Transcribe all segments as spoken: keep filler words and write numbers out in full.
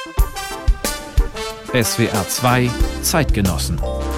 S W R zwei Zeitgenossen.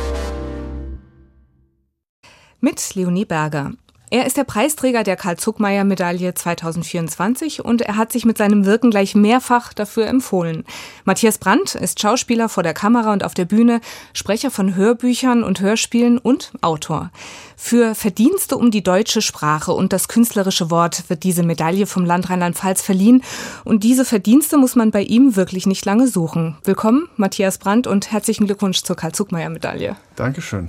Mit Leonie Berger. Er ist der Preisträger der Karl-Zuckmayer-Medaille zweitausendvierundzwanzig und er hat sich mit seinem Wirken gleich mehrfach dafür empfohlen. Matthias Brandt ist Schauspieler vor der Kamera und auf der Bühne, Sprecher von Hörbüchern und Hörspielen und Autor. Für Verdienste um die deutsche Sprache und das künstlerische Wort wird diese Medaille vom Land Rheinland-Pfalz verliehen. Und diese Verdienste muss man bei ihm wirklich nicht lange suchen. Willkommen, Matthias Brandt, und herzlichen Glückwunsch zur Karl-Zuckmayer-Medaille. Dankeschön.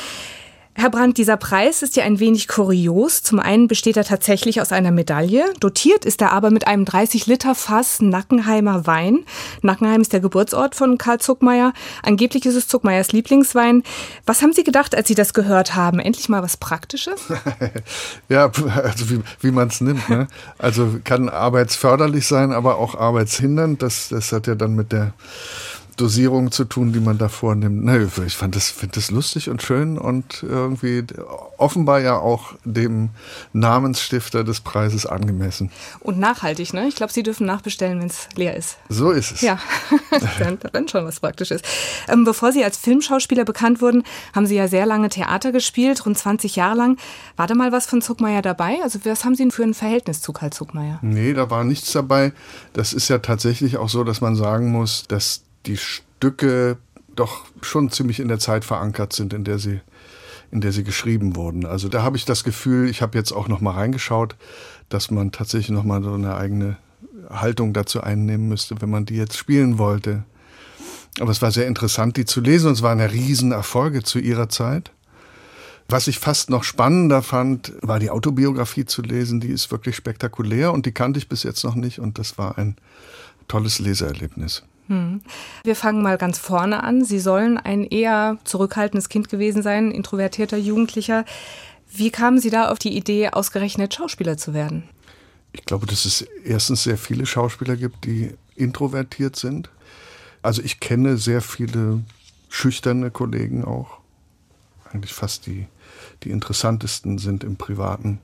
Herr Brandt, dieser Preis ist ja ein wenig kurios. Zum einen besteht er tatsächlich aus einer Medaille. Dotiert ist er aber mit einem dreißig Liter Fass Nackenheimer Wein. Nackenheim ist der Geburtsort von Karl Zuckmayer. Angeblich ist es Zuckmayers Lieblingswein. Was haben Sie gedacht, als Sie das gehört haben? Endlich mal was Praktisches? Ja, also wie, wie man es nimmt. Ne? Also kann arbeitsförderlich sein, aber auch arbeitshindernd. Das, das hat ja dann mit der Dosierung zu tun, die man da vornimmt. Nö, ich fand das, finde das lustig und schön und irgendwie offenbar ja auch dem Namensstifter des Preises angemessen. Und nachhaltig, ne? Ich glaube, Sie dürfen nachbestellen, wenn es leer ist. So ist es. Ja, dann, dann schon was Praktisches. Ähm, bevor Sie als Filmschauspieler bekannt wurden, haben Sie ja sehr lange Theater gespielt, rund zwanzig Jahre lang. War da mal was von Zuckmayer dabei? Also was haben Sie denn für ein Verhältnis zu Karl Zuckmayer? Nee, da war nichts dabei. Das ist ja tatsächlich auch so, dass man sagen muss, dass die Stücke doch schon ziemlich in der Zeit verankert sind, in der sie, in der sie geschrieben wurden. Also da habe ich das Gefühl, ich habe jetzt auch noch mal reingeschaut, dass man tatsächlich noch mal so eine eigene Haltung dazu einnehmen müsste, wenn man die jetzt spielen wollte. Aber es war sehr interessant, die zu lesen, und es waren ja Riesenerfolge zu ihrer Zeit. Was ich fast noch spannender fand, war die Autobiografie zu lesen. Die ist wirklich spektakulär und die kannte ich bis jetzt noch nicht, und das war ein tolles Leseerlebnis. Wir fangen mal ganz vorne an. Sie sollen ein eher zurückhaltendes Kind gewesen sein, introvertierter Jugendlicher. Wie kamen Sie da auf die Idee, ausgerechnet Schauspieler zu werden? Ich glaube, dass es erstens sehr viele Schauspieler gibt, die introvertiert sind. Also ich kenne sehr viele schüchterne Kollegen auch. Eigentlich fast die, die interessantesten sind im Privaten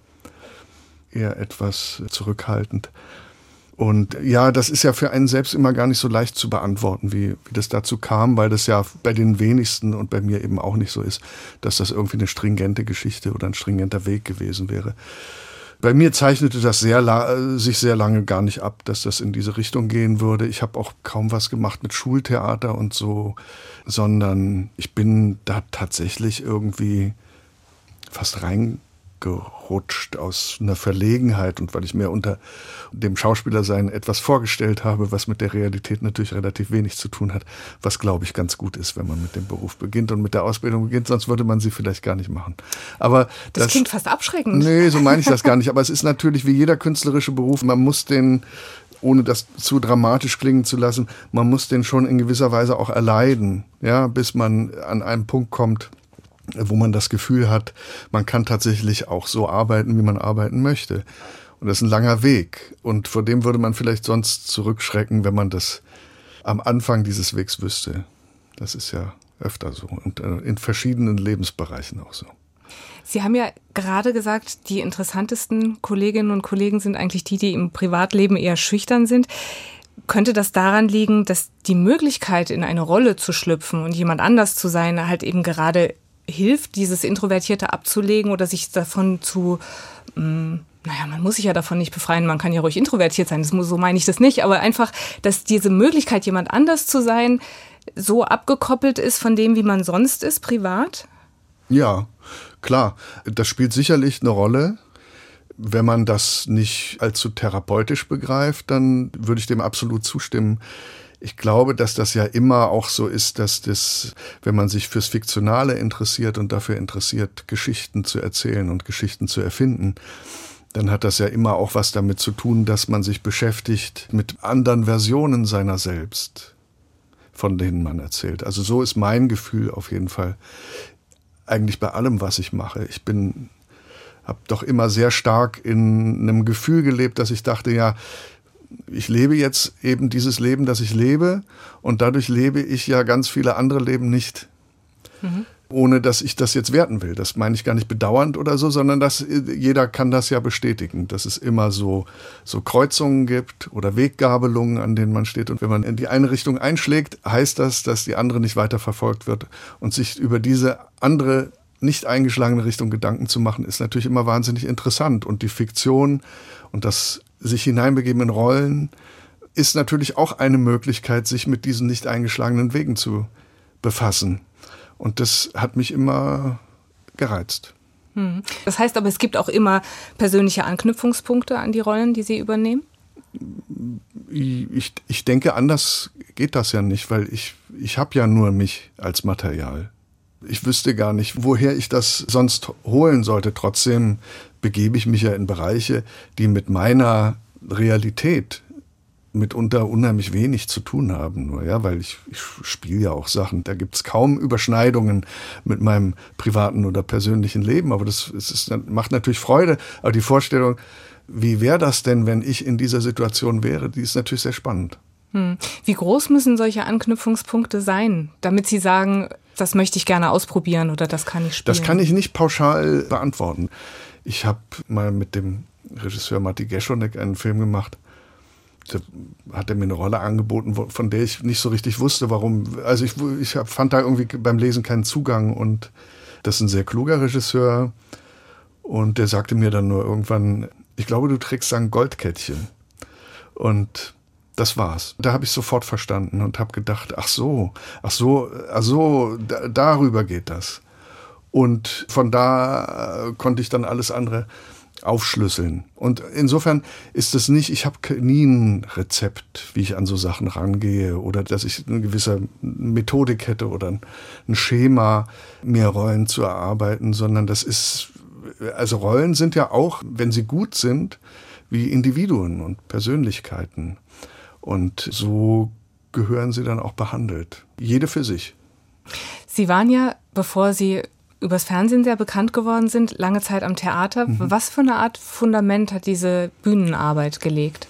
eher etwas zurückhaltend. Und ja, das ist ja für einen selbst immer gar nicht so leicht zu beantworten, wie, wie das dazu kam, weil das ja bei den wenigsten und bei mir eben auch nicht so ist, dass das irgendwie eine stringente Geschichte oder ein stringenter Weg gewesen wäre. Bei mir zeichnete das sehr la- sich sehr lange gar nicht ab, dass das in diese Richtung gehen würde. Ich habe auch kaum was gemacht mit Schultheater und so, sondern ich bin da tatsächlich irgendwie fast rein gerutscht aus einer Verlegenheit, und weil ich mir unter dem Schauspielersein etwas vorgestellt habe, was mit der Realität natürlich relativ wenig zu tun hat, was, glaube ich, ganz gut ist, wenn man mit dem Beruf beginnt und mit der Ausbildung beginnt, sonst würde man sie vielleicht gar nicht machen. Aber das, das klingt fast abschreckend. Nee, so meine ich das gar nicht, aber es ist natürlich wie jeder künstlerische Beruf, man muss den, ohne das zu dramatisch klingen zu lassen, man muss den schon in gewisser Weise auch erleiden, ja, bis man an einen Punkt kommt, wo man das Gefühl hat, man kann tatsächlich auch so arbeiten, wie man arbeiten möchte. Und das ist ein langer Weg. Und vor dem würde man vielleicht sonst zurückschrecken, wenn man das am Anfang dieses Wegs wüsste. Das ist ja öfter so und in verschiedenen Lebensbereichen auch so. Sie haben ja gerade gesagt, die interessantesten Kolleginnen und Kollegen sind eigentlich die, die im Privatleben eher schüchtern sind. Könnte das daran liegen, dass die Möglichkeit, in eine Rolle zu schlüpfen und jemand anders zu sein, halt eben gerade hilft, dieses Introvertierte abzulegen oder sich davon zu, mh, naja, man muss sich ja davon nicht befreien, man kann ja ruhig introvertiert sein, das muss, so meine ich das nicht, aber einfach, dass diese Möglichkeit, jemand anders zu sein, so abgekoppelt ist von dem, wie man sonst ist, privat? Ja, klar, das spielt sicherlich eine Rolle. Wenn man das nicht allzu therapeutisch begreift, dann würde ich dem absolut zustimmen. Ich glaube, dass das ja immer auch so ist, dass das, wenn man sich fürs Fiktionale interessiert und dafür interessiert, Geschichten zu erzählen und Geschichten zu erfinden, dann hat das ja immer auch was damit zu tun, dass man sich beschäftigt mit anderen Versionen seiner selbst, von denen man erzählt. Also so ist mein Gefühl auf jeden Fall eigentlich bei allem, was ich mache. Ich bin, habe doch immer sehr stark in einem Gefühl gelebt, dass ich dachte, ja, ich lebe jetzt eben dieses Leben, das ich lebe, und dadurch lebe ich ja ganz viele andere Leben nicht. Mhm. Ohne dass ich das jetzt werten will. Das meine ich gar nicht bedauernd oder so, sondern dass jeder kann das ja bestätigen, dass es immer so, so Kreuzungen gibt oder Weggabelungen, an denen man steht. Und wenn man in die eine Richtung einschlägt, heißt das, dass die andere nicht weiter verfolgt wird. Und sich über diese andere, nicht eingeschlagene Richtung Gedanken zu machen, ist natürlich immer wahnsinnig interessant. Und die Fiktion und das sich hineinbegeben in Rollen ist natürlich auch eine Möglichkeit, sich mit diesen nicht eingeschlagenen Wegen zu befassen. Und das hat mich immer gereizt. Das heißt aber, es gibt auch immer persönliche Anknüpfungspunkte an die Rollen, die Sie übernehmen? Ich, ich denke, anders geht das ja nicht, weil ich, ich habe ja nur mich als Material. Ich wüsste gar nicht, woher ich das sonst holen sollte. Trotzdem begebe ich mich ja in Bereiche, die mit meiner Realität mitunter unheimlich wenig zu tun haben, nur ja, weil ich, ich spiele ja auch Sachen, da gibt's kaum Überschneidungen mit meinem privaten oder persönlichen Leben, aber das es ist, macht natürlich Freude, aber die Vorstellung, wie wäre das denn, wenn ich in dieser Situation wäre, die ist natürlich sehr spannend. Hm. Wie groß müssen solche Anknüpfungspunkte sein, damit Sie sagen, das möchte ich gerne ausprobieren oder das kann ich spielen? Das kann ich nicht pauschal beantworten. Ich habe mal mit dem Regisseur Matti Geschonek einen Film gemacht. Da hat er mir eine Rolle angeboten, von der ich nicht so richtig wusste, warum. Also ich, ich fand da irgendwie beim Lesen keinen Zugang. Und das ist ein sehr kluger Regisseur. Und der sagte mir dann nur irgendwann, ich glaube, du trägst ein Goldkettchen. Und das war's. Da habe ich sofort verstanden und habe gedacht, ach so, ach so, ach so, da, darüber geht das. Und von da äh, konnte ich dann alles andere aufschlüsseln. Und insofern ist es nicht, ich habe nie ein Rezept, wie ich an so Sachen rangehe oder dass ich eine gewisse Methodik hätte oder ein Schema, mir Rollen zu erarbeiten, sondern das ist, also Rollen sind ja auch, wenn sie gut sind, wie Individuen und Persönlichkeiten. Und so gehören sie dann auch behandelt. Jede für sich. Sie waren ja, bevor Sie übers Fernsehen sehr bekannt geworden sind, lange Zeit am Theater. Mhm. Was für eine Art Fundament hat diese Bühnenarbeit gelegt?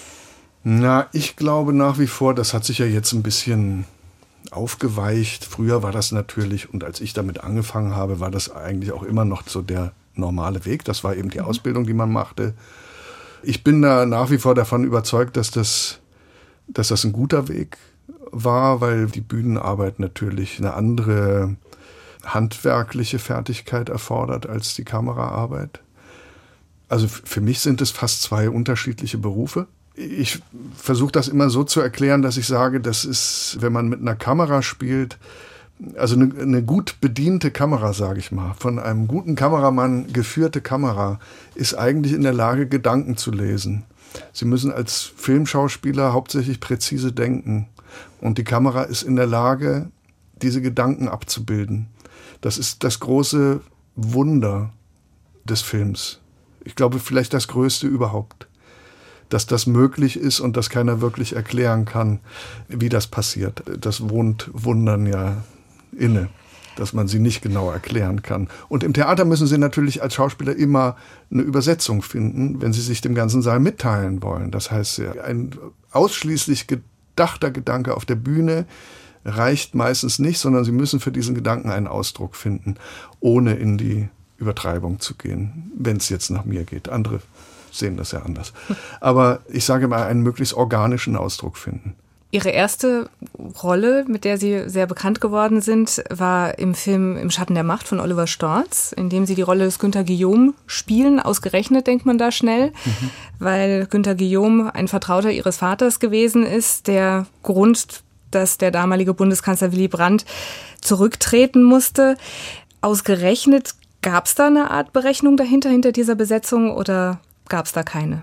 Na, ich glaube nach wie vor, das hat sich ja jetzt ein bisschen aufgeweicht. Früher war das natürlich, und als ich damit angefangen habe, war das eigentlich auch immer noch so der normale Weg. Das war eben die mhm. Ausbildung, die man machte. Ich bin da nach wie vor davon überzeugt, dass das, dass das ein guter Weg war, weil die Bühnenarbeit natürlich eine andere handwerkliche Fertigkeit erfordert als die Kameraarbeit. Also für mich sind es fast zwei unterschiedliche Berufe. Ich versuche das immer so zu erklären, dass ich sage, das ist, wenn man mit einer Kamera spielt, also eine, eine gut bediente Kamera, sage ich mal, von einem guten Kameramann geführte Kamera, ist eigentlich in der Lage, Gedanken zu lesen. Sie müssen als Filmschauspieler hauptsächlich präzise denken. Und die Kamera ist in der Lage, diese Gedanken abzubilden. Das ist das große Wunder des Films. Ich glaube, vielleicht das Größte überhaupt. Dass das möglich ist und dass keiner wirklich erklären kann, wie das passiert. Das wohnt Wundern ja inne, dass man sie nicht genau erklären kann. Und im Theater müssen Sie natürlich als Schauspieler immer eine Übersetzung finden, wenn Sie sich dem ganzen Saal mitteilen wollen. Das heißt, ein ausschließlich gedachter Gedanke auf der Bühne reicht meistens nicht, sondern Sie müssen für diesen Gedanken einen Ausdruck finden, ohne in die Übertreibung zu gehen, wenn es jetzt nach mir geht. Andere sehen das ja anders. Aber ich sage mal, einen möglichst organischen Ausdruck finden. Ihre erste Rolle, mit der Sie sehr bekannt geworden sind, war im Film Im Schatten der Macht von Oliver Storz, in dem Sie die Rolle des Günther Guillaume spielen. Ausgerechnet denkt man da schnell, mhm. weil Günther Guillaume ein Vertrauter Ihres Vaters gewesen ist, der Grund, dass der damalige Bundeskanzler Willy Brandt zurücktreten musste. Ausgerechnet, gab es da eine Art Berechnung dahinter, hinter dieser Besetzung, oder gab es da keine?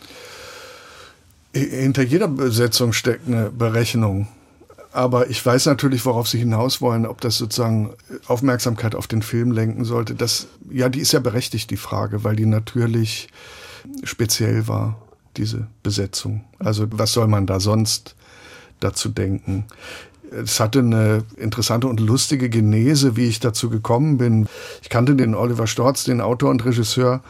Hinter jeder Besetzung steckt eine Berechnung. Aber ich weiß natürlich, worauf Sie hinaus wollen, ob das sozusagen Aufmerksamkeit auf den Film lenken sollte. Das, ja, die ist ja berechtigt, die Frage, weil die natürlich speziell war, diese Besetzung. Also was soll man da sonst dazu denken? Es hatte eine interessante und lustige Genese, wie ich dazu gekommen bin. Ich kannte den Oliver Storz, den Autor und Regisseur,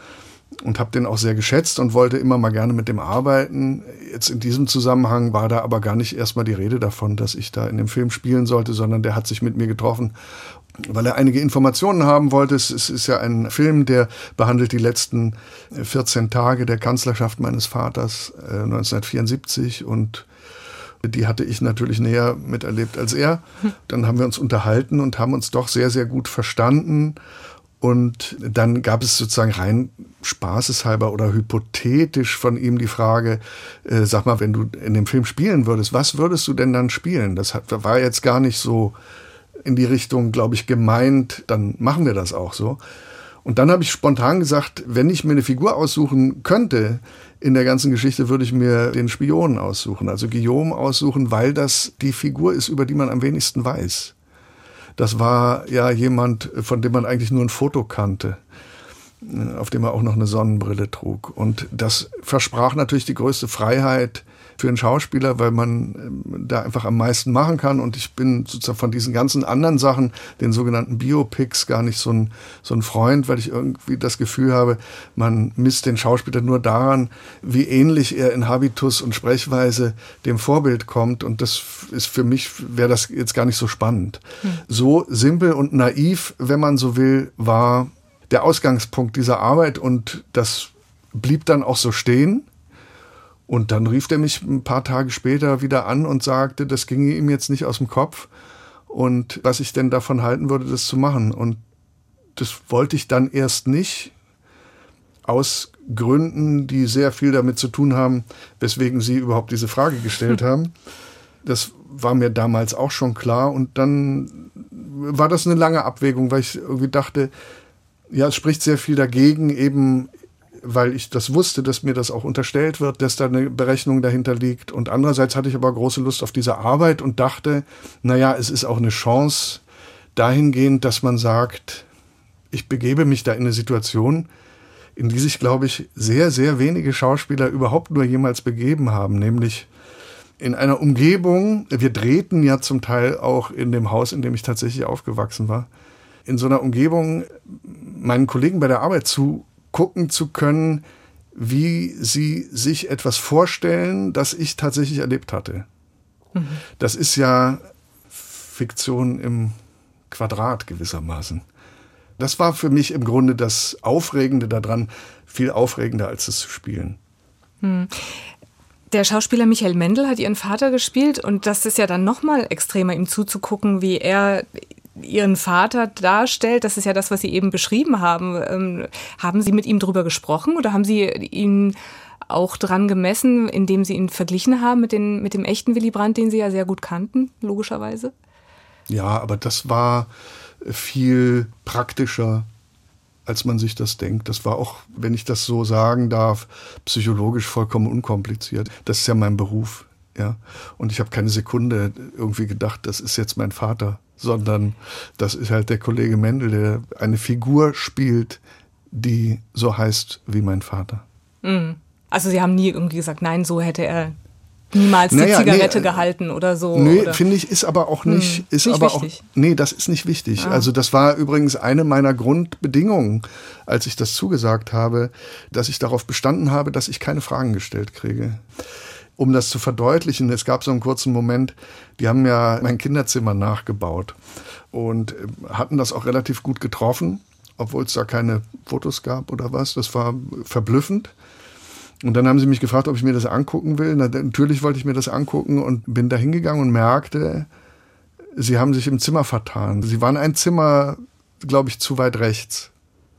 und habe den auch sehr geschätzt und wollte immer mal gerne mit dem arbeiten. Jetzt in diesem Zusammenhang war da aber gar nicht erstmal die Rede davon, dass ich da in dem Film spielen sollte, sondern der hat sich mit mir getroffen, weil er einige Informationen haben wollte. Es ist ja ein Film, der behandelt die letzten vierzehn Tage der Kanzlerschaft meines Vaters äh, neunzehnhundertvierundsiebzig, und die hatte ich natürlich näher miterlebt als er. Dann haben wir uns unterhalten und haben uns doch sehr, sehr gut verstanden. Und dann gab es sozusagen rein spaßeshalber oder hypothetisch von ihm die Frage, äh, sag mal, wenn du in dem Film spielen würdest, was würdest du denn dann spielen? Das hat, war jetzt gar nicht so in die Richtung, glaube ich, gemeint, dann machen wir das auch so. Und dann habe ich spontan gesagt, wenn ich mir eine Figur aussuchen könnte in der ganzen Geschichte, würde ich mir den Spionen aussuchen, also Guillaume aussuchen, weil das die Figur ist, über die man am wenigsten weiß. Das war ja jemand, von dem man eigentlich nur ein Foto kannte, auf dem er auch noch eine Sonnenbrille trug. Und das versprach natürlich die größte Freiheit für einen Schauspieler, weil man da einfach am meisten machen kann. Und ich bin sozusagen von diesen ganzen anderen Sachen, den sogenannten Biopics, gar nicht so ein, so ein Freund, weil ich irgendwie das Gefühl habe, man misst den Schauspieler nur daran, wie ähnlich er in Habitus und Sprechweise dem Vorbild kommt. Und das ist für mich, wäre das jetzt gar nicht so spannend. Hm. So simpel und naiv, wenn man so will, war der Ausgangspunkt dieser Arbeit, und das blieb dann auch so stehen. Und dann rief er mich ein paar Tage später wieder an und sagte, das ginge ihm jetzt nicht aus dem Kopf und was ich denn davon halten würde, das zu machen. Und das wollte ich dann erst nicht, aus Gründen, die sehr viel damit zu tun haben, weswegen Sie überhaupt diese Frage gestellt haben. Das war mir damals auch schon klar, und dann war das eine lange Abwägung, weil ich irgendwie dachte, ja, es spricht sehr viel dagegen, eben weil ich das wusste, dass mir das auch unterstellt wird, dass da eine Berechnung dahinter liegt. Und andererseits hatte ich aber große Lust auf diese Arbeit und dachte, naja, es ist auch eine Chance dahingehend, dass man sagt, ich begebe mich da in eine Situation, in die sich, glaube ich, sehr, sehr wenige Schauspieler überhaupt nur jemals begeben haben, nämlich in einer Umgebung, wir drehten ja zum Teil auch in dem Haus, in dem ich tatsächlich aufgewachsen war, in so einer Umgebung meinen Kollegen bei der Arbeit zu gucken zu können, wie sie sich etwas vorstellen, das ich tatsächlich erlebt hatte. Mhm. Das ist ja Fiktion im Quadrat gewissermaßen. Das war für mich im Grunde das Aufregende daran, viel aufregender als es zu spielen. Mhm. Der Schauspieler Michael Mendl hat Ihren Vater gespielt, und das ist ja dann noch mal extremer, ihm zuzugucken, wie er Ihren Vater darstellt. Das ist ja das, was Sie eben beschrieben haben. Ähm, haben Sie mit ihm drüber gesprochen oder haben Sie ihn auch dran gemessen, indem Sie ihn verglichen haben mit, den, mit dem echten Willy Brandt, den Sie ja sehr gut kannten, logischerweise? Ja, aber das war viel praktischer, als man sich das denkt. Das war auch, wenn ich das so sagen darf, psychologisch vollkommen unkompliziert. Das ist ja mein Beruf. Ja? Und ich habe keine Sekunde irgendwie gedacht, das ist jetzt mein Vater, sondern das ist halt der Kollege Mendl, der eine Figur spielt, die so heißt wie mein Vater. Also Sie haben nie irgendwie gesagt, nein, so hätte er niemals die naja, Zigarette nee, gehalten oder so? Nee, oder? finde ich, ist aber auch nicht, hm, ist nicht aber wichtig. Auch, nee, das ist nicht wichtig. Ah. Also das war übrigens eine meiner Grundbedingungen, als ich das zugesagt habe, dass ich darauf bestanden habe, dass ich keine Fragen gestellt kriege. Um das zu verdeutlichen, es gab so einen kurzen Moment, die haben ja mein Kinderzimmer nachgebaut und hatten das auch relativ gut getroffen, obwohl es da keine Fotos gab oder was. Das war verblüffend. Und dann haben sie mich gefragt, ob ich mir das angucken will. Na, natürlich wollte ich mir das angucken und bin da hingegangen und merkte, sie haben sich im Zimmer vertan. Sie waren ein Zimmer, glaube ich, zu weit rechts.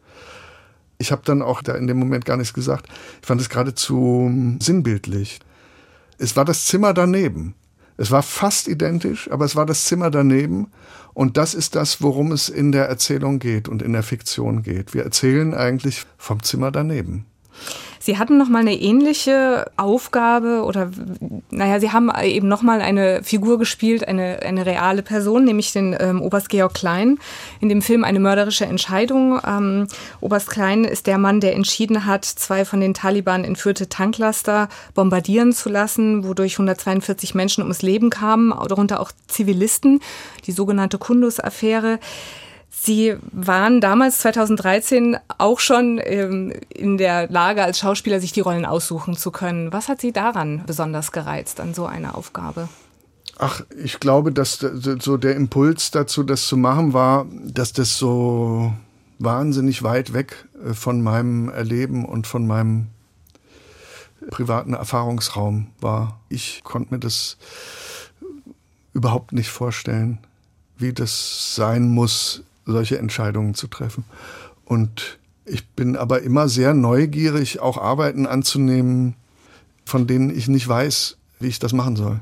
Ich habe dann auch da in dem Moment gar nichts gesagt. Ich fand es geradezu sinnbildlich. Es war das Zimmer daneben. Es war fast identisch, aber es war das Zimmer daneben. Und das ist das, worum es in der Erzählung geht und in der Fiktion geht. Wir erzählen eigentlich vom Zimmer daneben. Sie hatten noch mal eine ähnliche Aufgabe oder, naja, Sie haben eben noch mal eine Figur gespielt, eine, eine reale Person, nämlich den ähm, Oberst Georg Klein in dem Film Eine mörderische Entscheidung. Ähm, Oberst Klein ist der Mann, der entschieden hat, zwei von den Taliban entführte Tanklaster bombardieren zu lassen, wodurch hundertzweiundvierzig Menschen ums Leben kamen, darunter auch Zivilisten, die sogenannte Kunduz-Affäre. Sie waren damals zweitausenddreizehn auch schon ähm, in der Lage, als Schauspieler sich die Rollen aussuchen zu können. Was hat Sie daran besonders gereizt, an so einer Aufgabe? Ach, ich glaube, dass so der Impuls dazu, das zu machen, war, dass das so wahnsinnig weit weg von meinem Erleben und von meinem privaten Erfahrungsraum war. Ich konnte mir das überhaupt nicht vorstellen, wie das sein muss, solche Entscheidungen zu treffen. Und ich bin aber immer sehr neugierig, auch Arbeiten anzunehmen, von denen ich nicht weiß, wie ich das machen soll.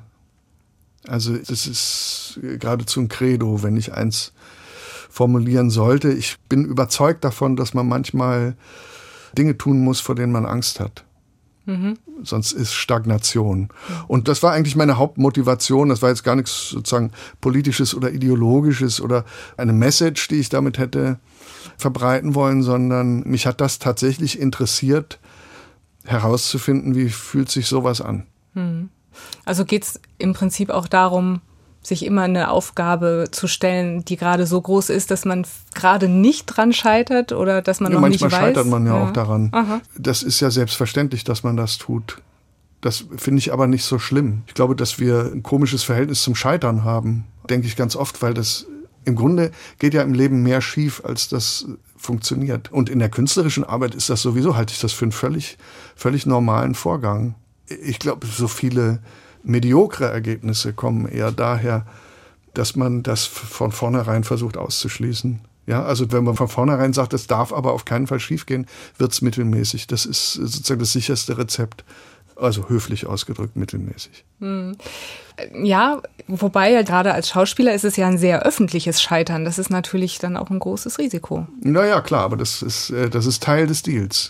Also das ist geradezu ein Credo, wenn ich eins formulieren sollte. Ich bin überzeugt davon, dass man manchmal Dinge tun muss, vor denen man Angst hat. Mhm. Sonst ist Stagnation. Und das war eigentlich meine Hauptmotivation. Das war jetzt gar nichts sozusagen Politisches oder Ideologisches oder eine Message, die ich damit hätte verbreiten wollen, sondern mich hat das tatsächlich interessiert, herauszufinden, wie fühlt sich sowas an. Mhm. Also geht es im Prinzip auch darum, sich immer eine Aufgabe zu stellen, die gerade so groß ist, dass man gerade nicht dran scheitert oder dass man ja, noch nicht weiß? Manchmal scheitert man ja, ja. auch daran. Aha. Das ist ja selbstverständlich, dass man das tut. Das finde ich aber nicht so schlimm. Ich glaube, dass wir ein komisches Verhältnis zum Scheitern haben, denke ich ganz oft, weil das im Grunde geht ja im Leben mehr schief, als das funktioniert. Und in der künstlerischen Arbeit ist das sowieso, halte ich das für einen völlig, völlig normalen Vorgang. Ich glaube, so viele mediokre Ergebnisse kommen eher daher, dass man das von vornherein versucht auszuschließen. Ja, also wenn man von vornherein sagt, es darf aber auf keinen Fall schiefgehen, wird es mittelmäßig. Das ist sozusagen das sicherste Rezept. Also höflich ausgedrückt, mittelmäßig. Hm. Ja, wobei ja gerade als Schauspieler ist es ja ein sehr öffentliches Scheitern. Das ist natürlich dann auch ein großes Risiko. Naja, klar, aber das ist, das ist Teil des Deals.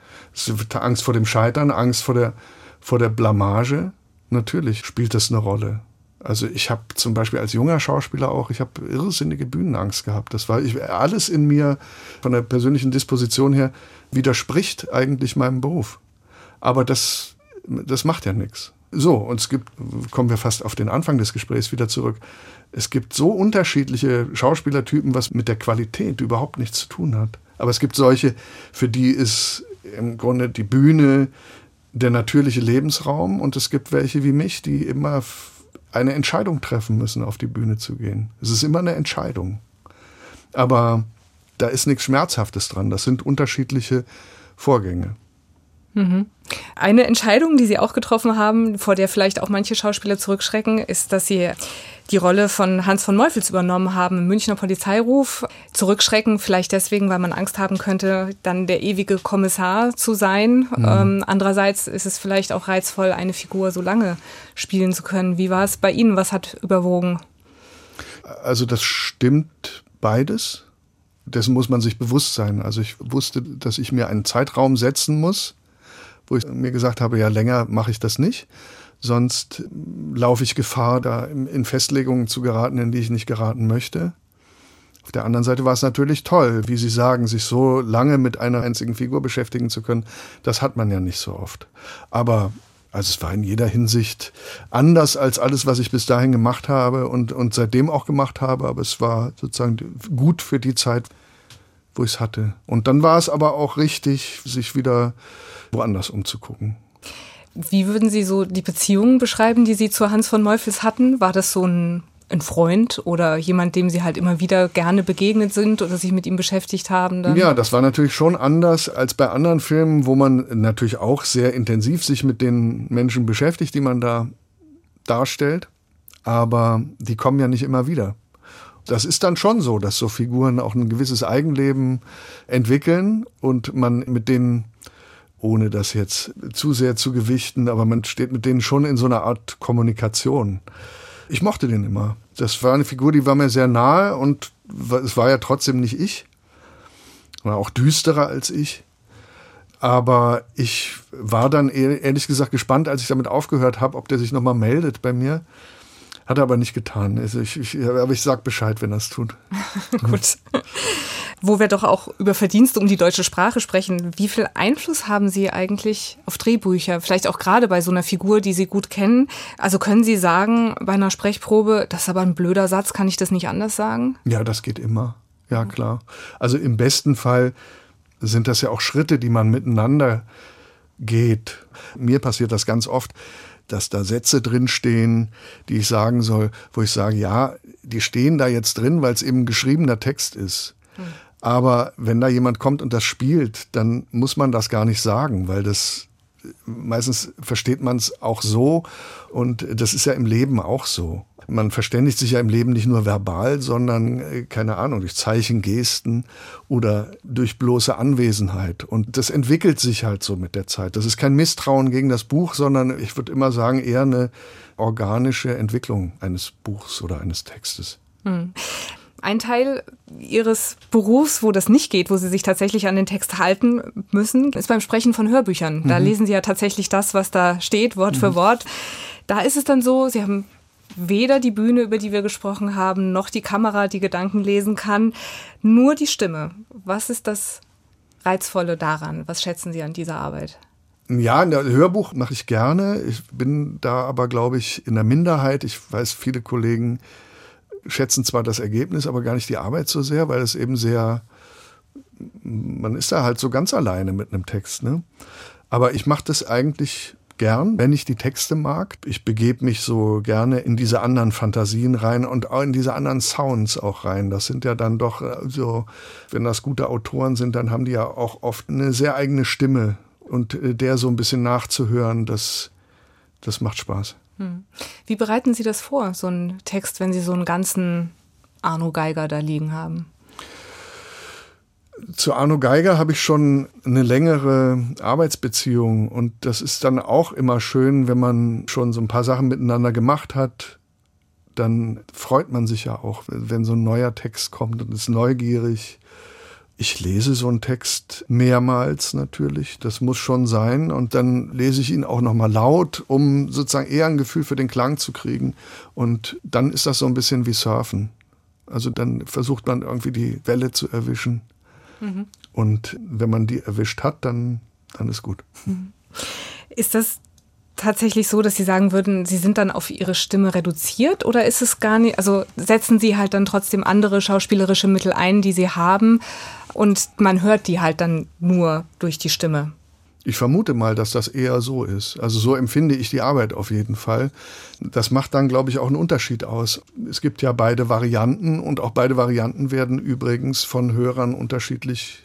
Angst vor dem Scheitern, Angst vor der, vor der Blamage. Natürlich spielt das eine Rolle. Also ich habe zum Beispiel als junger Schauspieler auch, ich habe irrsinnige Bühnenangst gehabt. Das war ich, alles in mir von der persönlichen Disposition her widerspricht eigentlich meinem Beruf. Aber das, das macht ja nichts. So, und es gibt, kommen wir fast auf den Anfang des Gesprächs wieder zurück, es gibt so unterschiedliche Schauspielertypen, was mit der Qualität überhaupt nichts zu tun hat. Aber es gibt solche, für die ist im Grunde die Bühne der natürliche Lebensraum, und es gibt welche wie mich, die immer eine Entscheidung treffen müssen, auf die Bühne zu gehen. Es ist immer eine Entscheidung. Aber da ist nichts Schmerzhaftes dran. Das sind unterschiedliche Vorgänge. Mhm. Eine Entscheidung, die Sie auch getroffen haben, vor der vielleicht auch manche Schauspieler zurückschrecken, ist, dass Sie die Rolle von Hans von Meuffels übernommen haben im Münchner Polizeiruf. Zurückschrecken vielleicht deswegen, weil man Angst haben könnte, dann der ewige Kommissar zu sein. Mhm. Ähm, andererseits ist es vielleicht auch reizvoll, eine Figur so lange spielen zu können. Wie war es bei Ihnen? Was hat überwogen? Also das stimmt beides. Dessen muss man sich bewusst sein. Also ich wusste, dass ich mir einen Zeitraum setzen muss, wo ich mir gesagt habe, ja, länger mache ich das nicht. Sonst laufe ich Gefahr, da in Festlegungen zu geraten, in die ich nicht geraten möchte. Auf der anderen Seite war es natürlich toll, wie Sie sagen, sich so lange mit einer einzigen Figur beschäftigen zu können. Das hat man ja nicht so oft. Aber also es war in jeder Hinsicht anders als alles, was ich bis dahin gemacht habe und, und seitdem auch gemacht habe. Aber es war sozusagen gut für die Zeit, wo ich es hatte. Und dann war es aber auch richtig, sich wieder woanders umzugucken. Wie würden Sie so die Beziehungen beschreiben, die Sie zu Hans von Meuffels hatten? War das so ein, ein Freund oder jemand, dem Sie halt immer wieder gerne begegnet sind oder sich mit ihm beschäftigt haben? Dann? Ja, das war natürlich schon anders als bei anderen Filmen, wo man natürlich auch sehr intensiv sich mit den Menschen beschäftigt, die man da darstellt. Aber die kommen ja nicht immer wieder. Das ist dann schon so, dass so Figuren auch ein gewisses Eigenleben entwickeln und man mit denen, ohne das jetzt zu sehr zu gewichten, aber man steht mit denen schon in so einer Art Kommunikation. Ich mochte den immer. Das war eine Figur, die war mir sehr nahe und es war ja trotzdem nicht ich. War auch düsterer als ich. Aber ich war dann ehrlich gesagt gespannt, als ich damit aufgehört habe, ob der sich nochmal meldet bei mir. Hat er aber nicht getan. Also ich, ich, aber ich sag Bescheid, wenn er es tut. Gut. Wo wir doch auch über Verdienste um die deutsche Sprache sprechen. Wie viel Einfluss haben Sie eigentlich auf Drehbücher? Vielleicht auch gerade bei so einer Figur, die Sie gut kennen. Also können Sie sagen, bei einer Sprechprobe, das ist aber ein blöder Satz, kann ich das nicht anders sagen? Ja, das geht immer. ja klar. Also im besten Fall sind das ja auch Schritte, die man miteinander geht. Mir passiert das ganz oft, dass da Sätze drinstehen, die ich sagen soll, wo ich sage, ja, die stehen da jetzt drin, weil es eben geschriebener Text ist. Hm. Aber wenn da jemand kommt und das spielt, dann muss man das gar nicht sagen, weil das meistens versteht man es auch so und das ist ja im Leben auch so. Man verständigt sich ja im Leben nicht nur verbal, sondern, keine Ahnung, durch Zeichen, Gesten oder durch bloße Anwesenheit. Und das entwickelt sich halt so mit der Zeit. Das ist kein Misstrauen gegen das Buch, sondern ich würde immer sagen, eher eine organische Entwicklung eines Buchs oder eines Textes. Hm. Ein Teil Ihres Berufs, wo das nicht geht, wo Sie sich tatsächlich an den Text halten müssen, ist beim Sprechen von Hörbüchern. Da mhm. lesen Sie ja tatsächlich das, was da steht, Wort mhm. für Wort. Da ist es dann so, Sie haben weder die Bühne, über die wir gesprochen haben, noch die Kamera, die Gedanken lesen kann, nur die Stimme. Was ist das Reizvolle daran? Was schätzen Sie an dieser Arbeit? Ja, ein Hörbuch mache ich gerne. Ich bin da aber, glaube ich, in der Minderheit. Ich weiß, viele Kollegen schätzen zwar das Ergebnis, aber gar nicht die Arbeit so sehr, weil es eben sehr, man ist da halt so ganz alleine mit einem Text, ne? Aber ich mache das eigentlich gern, wenn ich die Texte mag. Ich begebe mich so gerne in diese anderen Fantasien rein und auch in diese anderen Sounds auch rein. Das sind ja dann doch so, wenn das gute Autoren sind, dann haben die ja auch oft eine sehr eigene Stimme und der so ein bisschen nachzuhören, das, das macht Spaß. Wie bereiten Sie das vor, so einen Text, wenn Sie so einen ganzen Arno Geiger da liegen haben? Zu Arno Geiger habe ich schon eine längere Arbeitsbeziehung und das ist dann auch immer schön, wenn man schon so ein paar Sachen miteinander gemacht hat, dann freut man sich ja auch, wenn so ein neuer Text kommt und ist neugierig. Ich lese so einen Text mehrmals natürlich, das muss schon sein. Und dann lese ich ihn auch nochmal laut, um sozusagen eher ein Gefühl für den Klang zu kriegen. Und dann ist das so ein bisschen wie Surfen. Also dann versucht man irgendwie die Welle zu erwischen. Mhm. Und wenn man die erwischt hat, dann, dann ist gut. Mhm. Ist das tatsächlich so, dass Sie sagen würden, Sie sind dann auf Ihre Stimme reduziert? Oder ist es gar nicht, also setzen Sie halt dann trotzdem andere schauspielerische Mittel ein, die Sie haben? Und man hört die halt dann nur durch die Stimme. Ich vermute mal, dass das eher so ist. Also so empfinde ich die Arbeit auf jeden Fall. Das macht dann, glaube ich, auch einen Unterschied aus. Es gibt ja beide Varianten und auch beide Varianten werden übrigens von Hörern unterschiedlich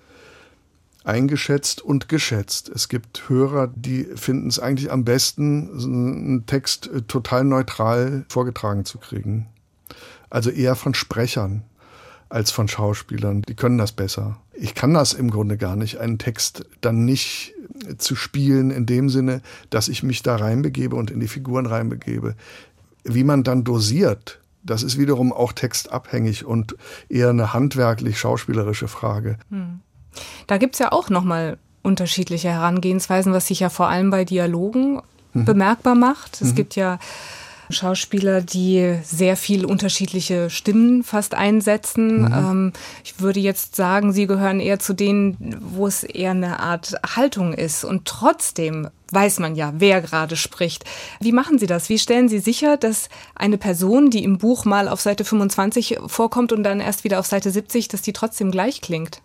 eingeschätzt und geschätzt. Es gibt Hörer, die finden es eigentlich am besten, einen Text total neutral vorgetragen zu kriegen. Also eher von Sprechern als von Schauspielern. Die können das besser. Ich kann das im Grunde gar nicht, einen Text dann nicht zu spielen in dem Sinne, dass ich mich da reinbegebe und in die Figuren reinbegebe. Wie man dann dosiert, das ist wiederum auch textabhängig und eher eine handwerklich-schauspielerische Frage. Hm. Da gibt's ja auch nochmal unterschiedliche Herangehensweisen, was sich ja vor allem bei Dialogen mhm. bemerkbar macht. Es mhm. gibt ja Schauspieler, die sehr viel unterschiedliche Stimmen fast einsetzen. Mhm. Ähm, ich würde jetzt sagen, sie gehören eher zu denen, wo es eher eine Art Haltung ist. Und trotzdem weiß man ja, wer gerade spricht. Wie machen Sie das? Wie stellen Sie sicher, dass eine Person, die im Buch mal auf Seite fünfundzwanzig vorkommt und dann erst wieder auf Seite siebzig, dass die trotzdem gleich klingt?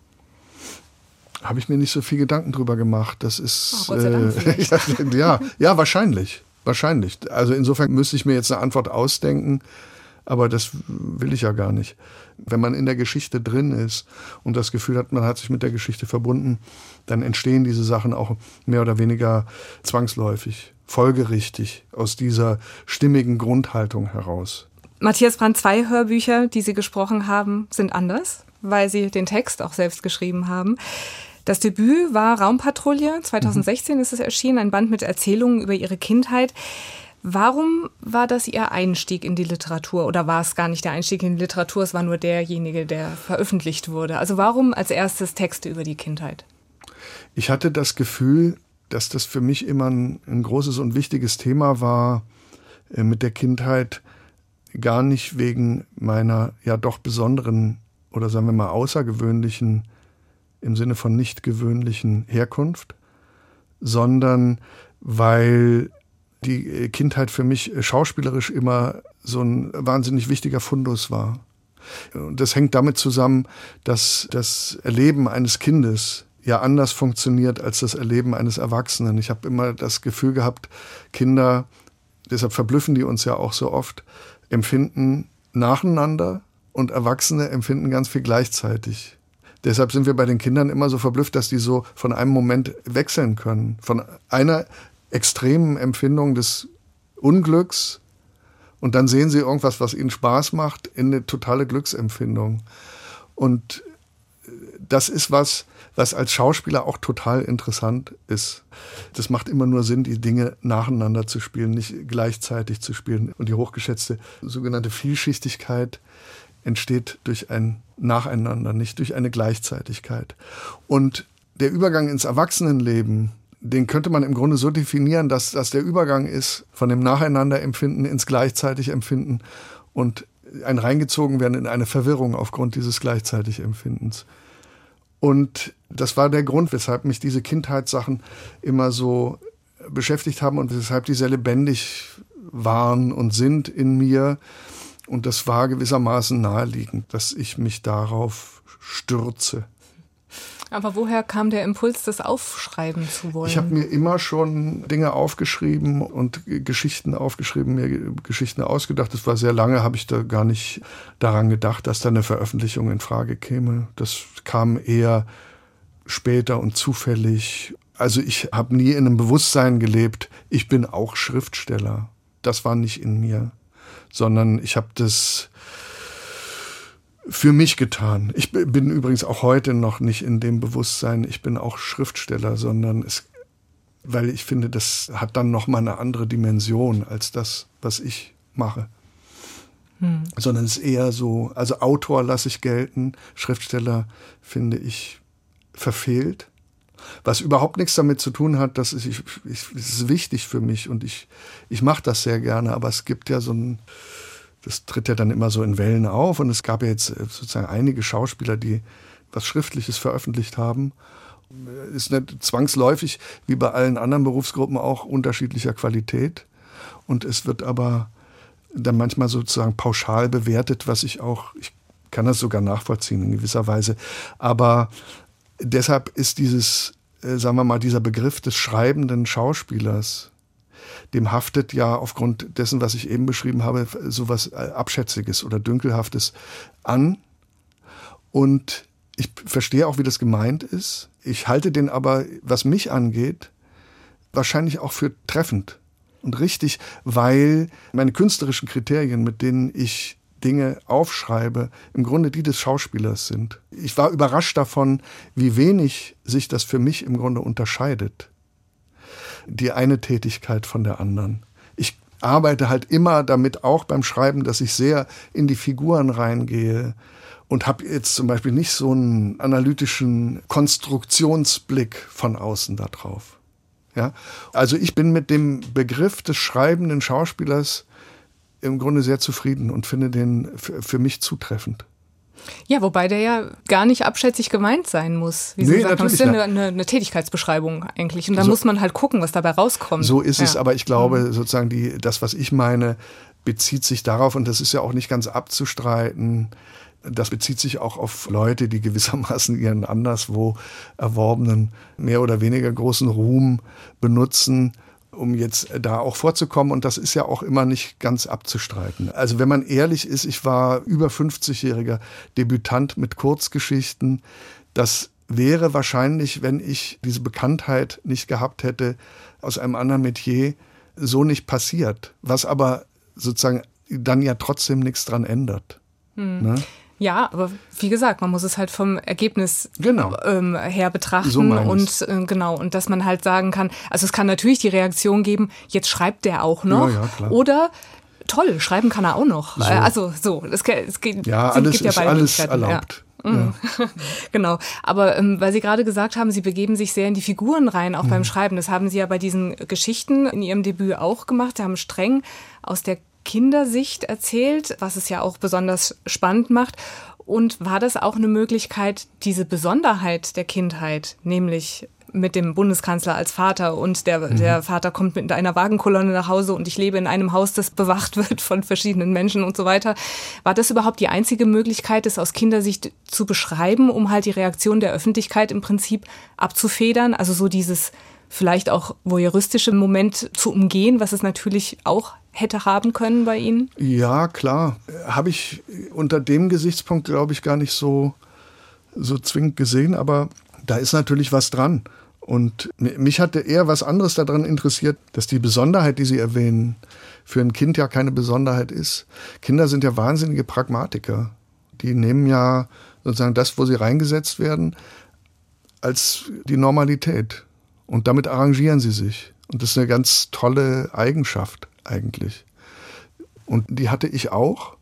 Habe ich mir nicht so viel Gedanken drüber gemacht. Das ist oh, Gott sei Dank äh, ja, ja, wahrscheinlich. Wahrscheinlich. Also insofern müsste ich mir jetzt eine Antwort ausdenken, aber das will ich ja gar nicht. Wenn man in der Geschichte drin ist und das Gefühl hat, man hat sich mit der Geschichte verbunden, dann entstehen diese Sachen auch mehr oder weniger zwangsläufig, folgerichtig aus dieser stimmigen Grundhaltung heraus. Matthias Brandt, zwei Hörbücher, die Sie gesprochen haben, sind anders, weil Sie den Text auch selbst geschrieben haben. Das Debüt war Raumpatrouille, zweitausendsechzehn mhm. ist es erschienen, ein Band mit Erzählungen über Ihre Kindheit. Warum war das Ihr Einstieg in die Literatur? Oder war es gar nicht der Einstieg in die Literatur, es war nur derjenige, der veröffentlicht wurde? Also warum als erstes Texte über die Kindheit? Ich hatte das Gefühl, dass das für mich immer ein, ein großes und wichtiges Thema war, äh, mit der Kindheit, gar nicht wegen meiner ja doch besonderen oder sagen wir mal außergewöhnlichen, im Sinne von nicht gewöhnlichen Herkunft, sondern weil die Kindheit für mich schauspielerisch immer so ein wahnsinnig wichtiger Fundus war. Und das hängt damit zusammen, dass das Erleben eines Kindes ja anders funktioniert als das Erleben eines Erwachsenen. Ich habe immer das Gefühl gehabt, Kinder, deshalb verblüffen die uns ja auch so oft, empfinden nacheinander und Erwachsene empfinden ganz viel gleichzeitig. Deshalb sind wir bei den Kindern immer so verblüfft, dass die so von einem Moment wechseln können. Von einer extremen Empfindung des Unglücks und dann sehen sie irgendwas, was ihnen Spaß macht, in eine totale Glücksempfindung. Und das ist was, was als Schauspieler auch total interessant ist. Das macht immer nur Sinn, die Dinge nacheinander zu spielen, nicht gleichzeitig zu spielen. Und die hochgeschätzte sogenannte Vielschichtigkeit entsteht durch ein Nacheinander, nicht durch eine Gleichzeitigkeit. Und der Übergang ins Erwachsenenleben, den könnte man im Grunde so definieren, dass das der Übergang ist von dem Nacheinanderempfinden ins gleichzeitig Empfinden und ein reingezogen werden in eine Verwirrung aufgrund dieses gleichzeitig Empfindens. Und das war der Grund, weshalb mich diese Kindheitssachen immer so beschäftigt haben und weshalb die sehr lebendig waren und sind in mir. Und das war gewissermaßen naheliegend, dass ich mich darauf stürze. Aber woher kam der Impuls, das aufschreiben zu wollen? Ich habe mir immer schon Dinge aufgeschrieben und Geschichten aufgeschrieben, mir Geschichten ausgedacht. Das war sehr lange, habe ich da gar nicht daran gedacht, dass da eine Veröffentlichung in Frage käme. Das kam eher später und zufällig. Also ich habe nie in einem Bewusstsein gelebt, ich bin auch Schriftsteller. Das war nicht in mir, sondern ich habe das für mich getan. Ich bin übrigens auch heute noch nicht in dem Bewusstsein, ich bin auch Schriftsteller, sondern es, weil ich finde, das hat dann noch mal eine andere Dimension als das, was ich mache. Hm. Sondern es ist eher so, also Autor lasse ich gelten, Schriftsteller finde ich verfehlt. Was überhaupt nichts damit zu tun hat, dass ich, ich, ich es ist wichtig für mich und ich, ich mache das sehr gerne, aber es gibt ja so ein, das tritt ja dann immer so in Wellen auf und es gab ja jetzt sozusagen einige Schauspieler, die was Schriftliches veröffentlicht haben. Ist nicht zwangsläufig, wie bei allen anderen Berufsgruppen, auch unterschiedlicher Qualität. Und es wird aber dann manchmal sozusagen pauschal bewertet, was ich auch, ich kann das sogar nachvollziehen in gewisser Weise. Aber deshalb ist dieses, äh, sagen wir mal, dieser Begriff des schreibenden Schauspielers, dem haftet ja aufgrund dessen, was ich eben beschrieben habe, sowas Abschätziges oder Dünkelhaftes an. Und ich verstehe auch, wie das gemeint ist. Ich halte den aber, was mich angeht, wahrscheinlich auch für treffend und richtig, weil meine künstlerischen Kriterien, mit denen ich Dinge aufschreibe, im Grunde die des Schauspielers sind. Ich war überrascht davon, wie wenig sich das für mich im Grunde unterscheidet. Die eine Tätigkeit von der anderen. Ich arbeite halt immer damit, auch beim Schreiben, dass ich sehr in die Figuren reingehe und habe jetzt zum Beispiel nicht so einen analytischen Konstruktionsblick von außen da drauf. Ja? Also ich bin mit dem Begriff des schreibenden Schauspielers im Grunde sehr zufrieden und finde den für, für mich zutreffend. Ja, wobei der ja gar nicht abschätzig gemeint sein muss. Wie Sie nee, sagen, das ist ja eine, eine, eine Tätigkeitsbeschreibung eigentlich. Und da so, muss man halt gucken, was dabei rauskommt. So ist ja. es, aber ich glaube, mhm. sozusagen die, das, was ich meine, bezieht sich darauf, und das ist ja auch nicht ganz abzustreiten, das bezieht sich auch auf Leute, die gewissermaßen ihren anderswo erworbenen, mehr oder weniger großen Ruhm benutzen, um jetzt da auch vorzukommen. Und das ist ja auch immer nicht ganz abzustreiten. Also wenn man ehrlich ist, ich war über fünfzigjähriger Debütant mit Kurzgeschichten. Das wäre wahrscheinlich, wenn ich diese Bekanntheit nicht gehabt hätte, aus einem anderen Metier so nicht passiert. Was aber sozusagen dann ja trotzdem nichts dran ändert. Hm. Ne? Ja, aber wie gesagt, man muss es halt vom Ergebnis genau. ähm, her betrachten so und äh, genau und dass man halt sagen kann, also es kann natürlich die Reaktion geben, jetzt schreibt der auch noch ja, ja, klar. Oder toll, schreiben kann er auch noch. So. Also so, es, es geht, ja, es alles gibt ja ist alles Möglichkeiten. erlaubt. Ja. Ja. Genau, aber ähm, weil Sie gerade gesagt haben, Sie begeben sich sehr in die Figuren rein, auch mhm. beim Schreiben. Das haben Sie ja bei diesen Geschichten in Ihrem Debüt auch gemacht. Sie haben streng aus der Kindersicht erzählt, was es ja auch besonders spannend macht. Und war das auch eine Möglichkeit, diese Besonderheit der Kindheit, nämlich mit dem Bundeskanzler als Vater und der, mhm. der Vater kommt mit einer Wagenkolonne nach Hause und ich lebe in einem Haus, das bewacht wird von verschiedenen Menschen und so weiter. War das überhaupt die einzige Möglichkeit, das aus Kindersicht zu beschreiben, um halt die Reaktion der Öffentlichkeit im Prinzip abzufedern? Also so dieses vielleicht auch voyeuristische Moment zu umgehen, was es natürlich auch hätte haben können bei Ihnen? Ja, klar. Habe ich unter dem Gesichtspunkt, glaube ich, gar nicht so, so zwingend gesehen, aber da ist natürlich was dran. Und mich hatte eher was anderes daran interessiert, dass die Besonderheit, die Sie erwähnen, für ein Kind ja keine Besonderheit ist. Kinder sind ja wahnsinnige Pragmatiker. Die nehmen ja sozusagen das, wo sie reingesetzt werden, als die Normalität. Und damit arrangieren sie sich. Und das ist eine ganz tolle Eigenschaft eigentlich. Und die hatte ich auch.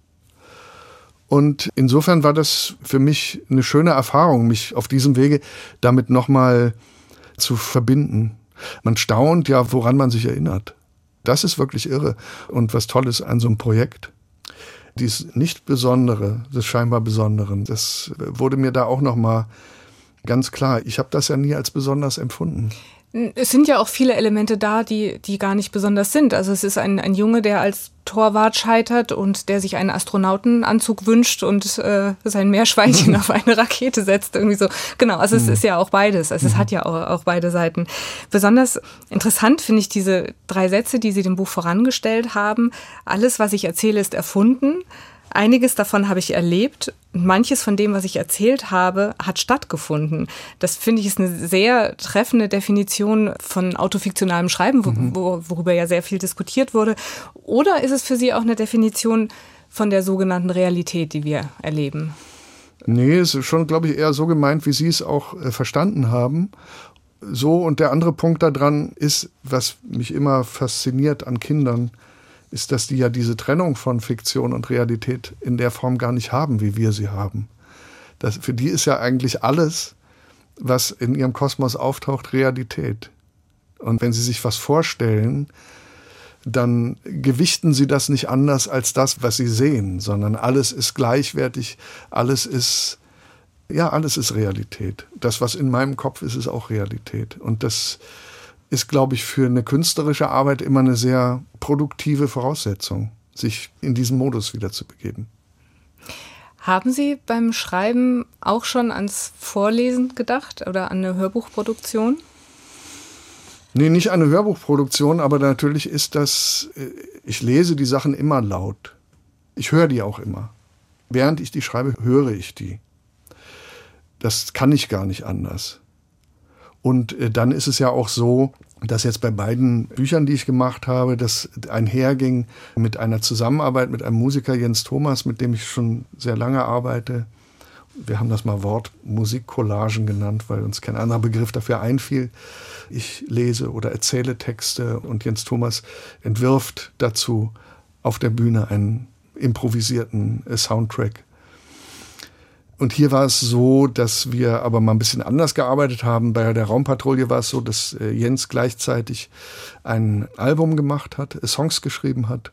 Und insofern war das für mich eine schöne Erfahrung, mich auf diesem Wege damit nochmal zu verbinden. Man staunt ja, woran man sich erinnert. Das ist wirklich irre. Und was Tolles an so einem Projekt. Dieses Nicht-Besondere, des scheinbar Besonderen, das wurde mir da auch nochmal ganz klar. Ich habe das ja nie als besonders empfunden. Es sind ja auch viele Elemente da, die, die gar nicht besonders sind. Also es ist ein, ein Junge, der als Torwart scheitert und der sich einen Astronautenanzug wünscht und äh, sein Meerschweinchen auf eine Rakete setzt. Irgendwie so. Genau, also es ist ja auch beides. Also es hat ja auch, auch beide Seiten. Besonders interessant finde ich diese drei Sätze, die Sie dem Buch vorangestellt haben. Alles, was ich erzähle, ist erfunden. Einiges davon habe ich erlebt und manches von dem, was ich erzählt habe, hat stattgefunden. Das finde ich ist eine sehr treffende Definition von autofiktionalem Schreiben, wo, mhm. wo, worüber ja sehr viel diskutiert wurde. Oder ist es für Sie auch eine Definition von der sogenannten Realität, die wir erleben? Nee, es ist schon, glaube ich, eher so gemeint, wie Sie es auch äh, verstanden haben. So, und der andere Punkt daran ist, was mich immer fasziniert an Kindern, ist, dass die ja diese Trennung von Fiktion und Realität in der Form gar nicht haben, wie wir sie haben. Das, für die ist ja eigentlich alles, was in ihrem Kosmos auftaucht, Realität. Und wenn sie sich was vorstellen, dann gewichten sie das nicht anders als das, was sie sehen, sondern alles ist gleichwertig, alles ist, ja, alles ist Realität. Das, was in meinem Kopf ist, ist auch Realität. Und das ist, glaube ich, für eine künstlerische Arbeit immer eine sehr produktive Voraussetzung, sich in diesen Modus wieder zu begeben. Haben Sie beim Schreiben auch schon ans Vorlesen gedacht oder an eine Hörbuchproduktion? Nee, nicht an eine Hörbuchproduktion, aber natürlich ist das, ich lese die Sachen immer laut. Ich höre die auch immer. Während ich die schreibe, höre ich die. Das kann ich gar nicht anders. Und dann ist es ja auch so, dass jetzt bei beiden Büchern, die ich gemacht habe, das einherging mit einer Zusammenarbeit mit einem Musiker, Jens Thomas, mit dem ich schon sehr lange arbeite. Wir haben das mal Wort-Musik-Collagen genannt, weil uns kein anderer Begriff dafür einfiel. Ich lese oder erzähle Texte und Jens Thomas entwirft dazu auf der Bühne einen improvisierten Soundtrack. Und hier war es so, dass wir aber mal ein bisschen anders gearbeitet haben. Bei der Raumpatrouille war es so, dass Jens gleichzeitig ein Album gemacht hat, Songs geschrieben hat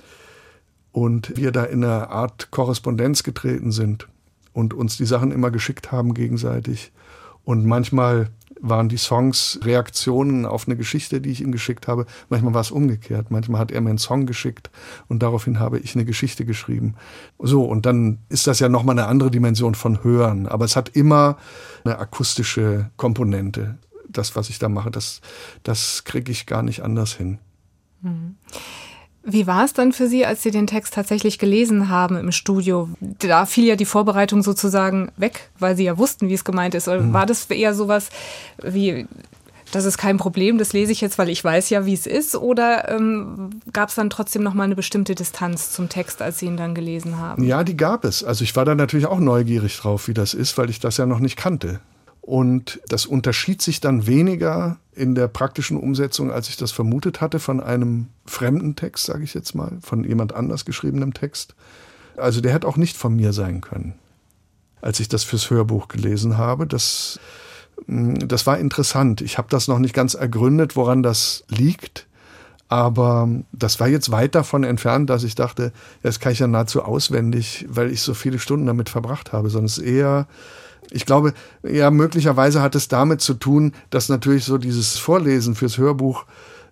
und wir da in eine Art Korrespondenz getreten sind und uns die Sachen immer geschickt haben gegenseitig. Und manchmal waren die Songs Reaktionen auf eine Geschichte, die ich ihm geschickt habe. Manchmal war es umgekehrt. Manchmal hat er mir einen Song geschickt und daraufhin habe ich eine Geschichte geschrieben. So, und dann ist das ja nochmal eine andere Dimension von Hören. Aber es hat immer eine akustische Komponente. Das, was ich da mache, das, das kriege ich gar nicht anders hin. Mhm. Wie war es dann für Sie, als Sie den Text tatsächlich gelesen haben im Studio? Da fiel ja die Vorbereitung sozusagen weg, weil Sie ja wussten, wie es gemeint ist. Oder mhm. war das eher sowas wie, das ist kein Problem, das lese ich jetzt, weil ich weiß ja, wie es ist? Oder ähm, gab es dann trotzdem noch mal eine bestimmte Distanz zum Text, als Sie ihn dann gelesen haben? Ja, die gab es. Also ich war da natürlich auch neugierig drauf, wie das ist, weil ich das ja noch nicht kannte. Und das unterschied sich dann weniger in der praktischen Umsetzung, als ich das vermutet hatte, von einem fremden Text, sage ich jetzt mal, von jemand anders geschriebenem Text. Also der hätte auch nicht von mir sein können, als ich das fürs Hörbuch gelesen habe. Das, das war interessant. Ich habe das noch nicht ganz ergründet, woran das liegt. Aber das war jetzt weit davon entfernt, dass ich dachte, das kann ich ja nahezu auswendig, weil ich so viele Stunden damit verbracht habe. Sondern es ist eher Ich glaube, ja, möglicherweise hat es damit zu tun, dass natürlich so dieses Vorlesen fürs Hörbuch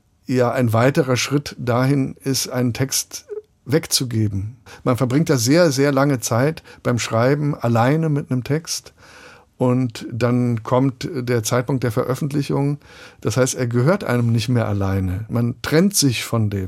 ja ein weiterer Schritt dahin ist, einen Text wegzugeben. Man verbringt da sehr, sehr lange Zeit beim Schreiben alleine mit einem Text und dann kommt der Zeitpunkt der Veröffentlichung. Das heißt, er gehört einem nicht mehr alleine. Man trennt sich von dem.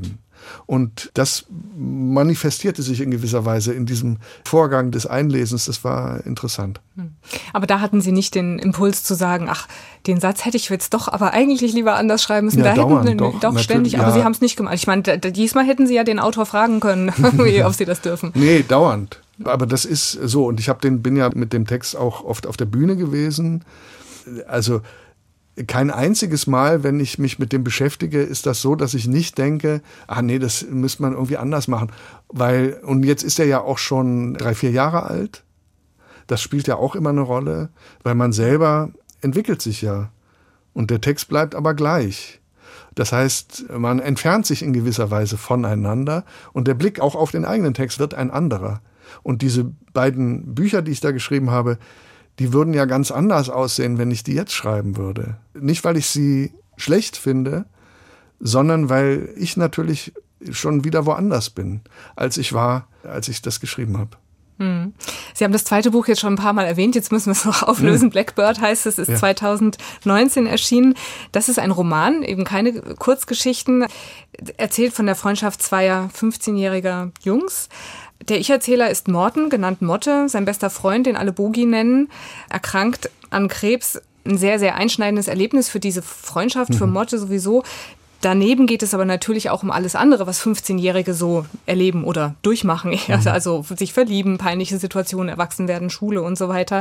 Und das manifestierte sich in gewisser Weise in diesem Vorgang des Einlesens. Das war interessant. Aber da hatten Sie nicht den Impuls zu sagen, ach, den Satz hätte ich jetzt doch aber eigentlich lieber anders schreiben müssen. Ja, da dauernd, hätten doch, doch ständig, aber ja. Sie haben es nicht gemacht. Ich meine, da, diesmal hätten Sie ja den Autor fragen können, ob Sie das dürfen. Nee, dauernd. Aber das ist so. Und ich hab den, bin ja mit dem Text auch oft auf der Bühne gewesen. Also kein einziges Mal, wenn ich mich mit dem beschäftige, ist das so, dass ich nicht denke, ah nee, das müsste man irgendwie anders machen. Weil, und jetzt ist er ja auch schon drei, vier Jahre alt. Das spielt ja auch immer eine Rolle, weil man selber entwickelt sich ja. Und der Text bleibt aber gleich. Das heißt, man entfernt sich in gewisser Weise voneinander und der Blick auch auf den eigenen Text wird ein anderer. Und diese beiden Bücher, die ich da geschrieben habe, die würden ja ganz anders aussehen, wenn ich die jetzt schreiben würde. Nicht, weil ich sie schlecht finde, sondern weil ich natürlich schon wieder woanders bin, als ich war, als ich das geschrieben habe. Hm. Sie haben das zweite Buch jetzt schon ein paar Mal erwähnt, jetzt müssen wir es noch auflösen. Hm. Blackbird heißt es, ist ja. zweitausendneunzehn erschienen. Das ist ein Roman, eben keine Kurzgeschichten, erzählt von der Freundschaft zweier fünfzehnjähriger Jungs. Der Ich-Erzähler ist Morten, genannt Motte, sein bester Freund, den alle Bogi nennen, erkrankt an Krebs. Ein sehr, sehr einschneidendes Erlebnis für diese Freundschaft, mhm. für Motte sowieso. Daneben geht es aber natürlich auch um alles andere, was fünfzehnjährige so erleben oder durchmachen. Mhm. Also sich verlieben, peinliche Situationen, erwachsen werden, Schule und so weiter.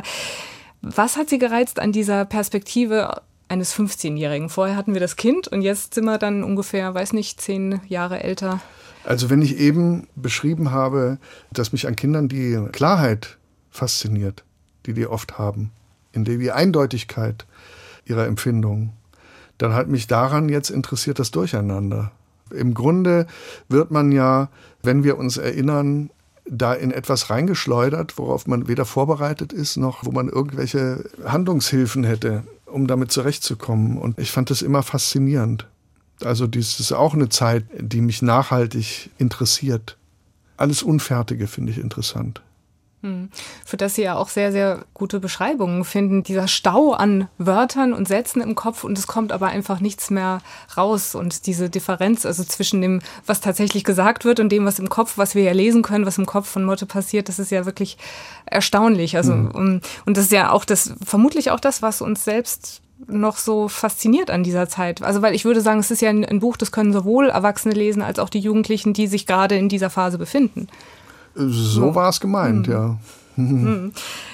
Was hat Sie gereizt an dieser Perspektive eines fünfzehnjährigen? Vorher hatten wir das Kind und jetzt sind wir dann ungefähr, weiß nicht, zehn Jahre älter. Also wenn ich eben beschrieben habe, dass mich an Kindern die Klarheit fasziniert, die die oft haben, in der die Eindeutigkeit ihrer Empfindungen, dann hat mich daran jetzt interessiert das Durcheinander. Im Grunde wird man ja, wenn wir uns erinnern, da in etwas reingeschleudert, worauf man weder vorbereitet ist, noch wo man irgendwelche Handlungshilfen hätte, um damit zurechtzukommen. Und ich fand das immer faszinierend. Also das ist auch eine Zeit, die mich nachhaltig interessiert. Alles Unfertige finde ich interessant. Hm. Für das Sie ja auch sehr, sehr gute Beschreibungen finden. Dieser Stau an Wörtern und Sätzen im Kopf und es kommt aber einfach nichts mehr raus. Und diese Differenz also zwischen dem, was tatsächlich gesagt wird und dem, was im Kopf, was wir ja lesen können, was im Kopf von Motte passiert, das ist ja wirklich erstaunlich. Also mhm. und, und das ist ja auch das, vermutlich auch das, was uns selbst noch so fasziniert an dieser Zeit. Also weil ich würde sagen, es ist ja ein, ein Buch, das können sowohl Erwachsene lesen, als auch die Jugendlichen, die sich gerade in dieser Phase befinden. So, so war es gemeint, hm. ja. Hm.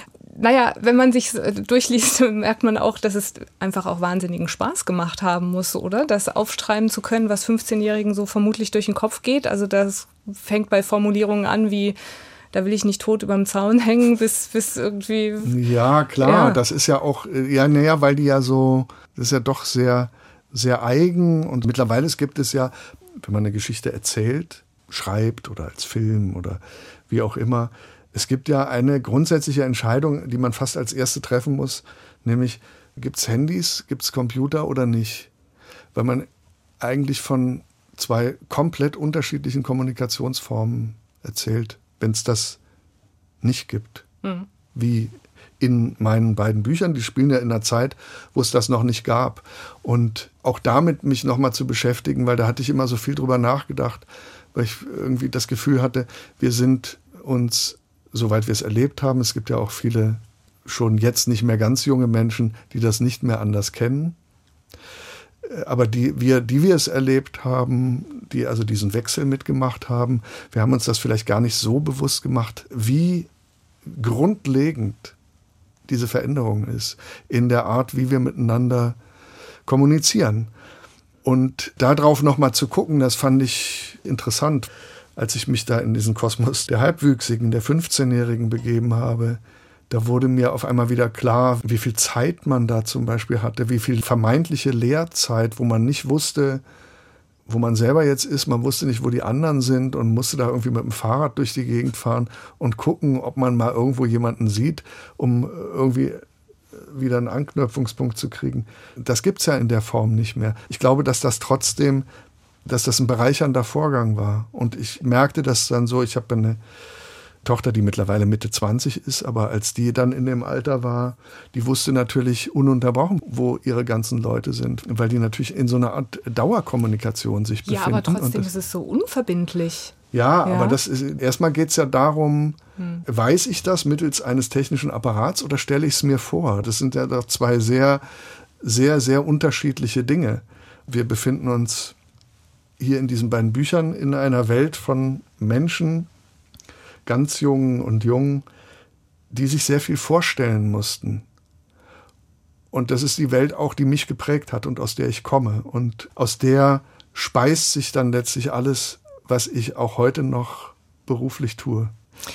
Naja, wenn man sich durchliest, merkt man auch, dass es einfach auch wahnsinnigen Spaß gemacht haben muss, oder? Das aufschreiben zu können, was fünfzehnjährigen so vermutlich durch den Kopf geht. Also das fängt bei Formulierungen an wie da will ich nicht tot überm Zaun hängen, bis, bis irgendwie... Ja, klar, ja. Das ist ja auch, ja, naja, weil die ja so, das ist ja doch sehr, sehr eigen und mittlerweile gibt es ja, wenn man eine Geschichte erzählt, schreibt oder als Film oder wie auch immer, es gibt ja eine grundsätzliche Entscheidung, die man fast als erste treffen muss, nämlich gibt es Handys, gibt es Computer oder nicht? Weil man eigentlich von zwei komplett unterschiedlichen Kommunikationsformen erzählt, wenn es das nicht gibt. Mhm. Wie in meinen beiden Büchern, die spielen ja in einer Zeit, wo es das noch nicht gab. Und auch damit mich nochmal zu beschäftigen, weil da hatte ich immer so viel drüber nachgedacht, weil ich irgendwie das Gefühl hatte, wir sind uns, soweit wir es erlebt haben, es gibt ja auch viele schon jetzt nicht mehr ganz junge Menschen, die das nicht mehr anders kennen. Aber die wir, die wir es erlebt haben, die also diesen Wechsel mitgemacht haben, wir haben uns das vielleicht gar nicht so bewusst gemacht, wie grundlegend diese Veränderung ist in der Art, wie wir miteinander kommunizieren. Und darauf nochmal zu gucken, das fand ich interessant, als ich mich da in diesen Kosmos der Halbwüchsigen, der fünfzehnjährigen begeben habe. Da wurde mir auf einmal wieder klar, wie viel Zeit man da zum Beispiel hatte, wie viel vermeintliche Lehrzeit, wo man nicht wusste, wo man selber jetzt ist. Man wusste nicht, wo die anderen sind und musste da irgendwie mit dem Fahrrad durch die Gegend fahren und gucken, ob man mal irgendwo jemanden sieht, um irgendwie wieder einen Anknüpfungspunkt zu kriegen. Das gibt's ja in der Form nicht mehr. Ich glaube, dass das trotzdem, dass das ein bereichernder Vorgang war. Und ich merkte das dann so, ich habe eine Tochter, die mittlerweile Mitte zwanzig ist, aber als die dann in dem Alter war, die wusste natürlich ununterbrochen, wo ihre ganzen Leute sind, weil die natürlich in so einer Art Dauerkommunikation sich befinden. Ja, aber trotzdem ist es so unverbindlich. Ja, ja, aber das ist, erstmal geht es ja darum, hm. weiß ich das mittels eines technischen Apparats oder stelle ich es mir vor? Das sind ja doch zwei sehr, sehr, sehr unterschiedliche Dinge. Wir befinden uns hier in diesen beiden Büchern in einer Welt von Menschen, ganz Jungen und Jungen, die sich sehr viel vorstellen mussten. Und das ist die Welt auch, die mich geprägt hat und aus der ich komme. Und aus der speist sich dann letztlich alles, was ich auch heute noch beruflich tue.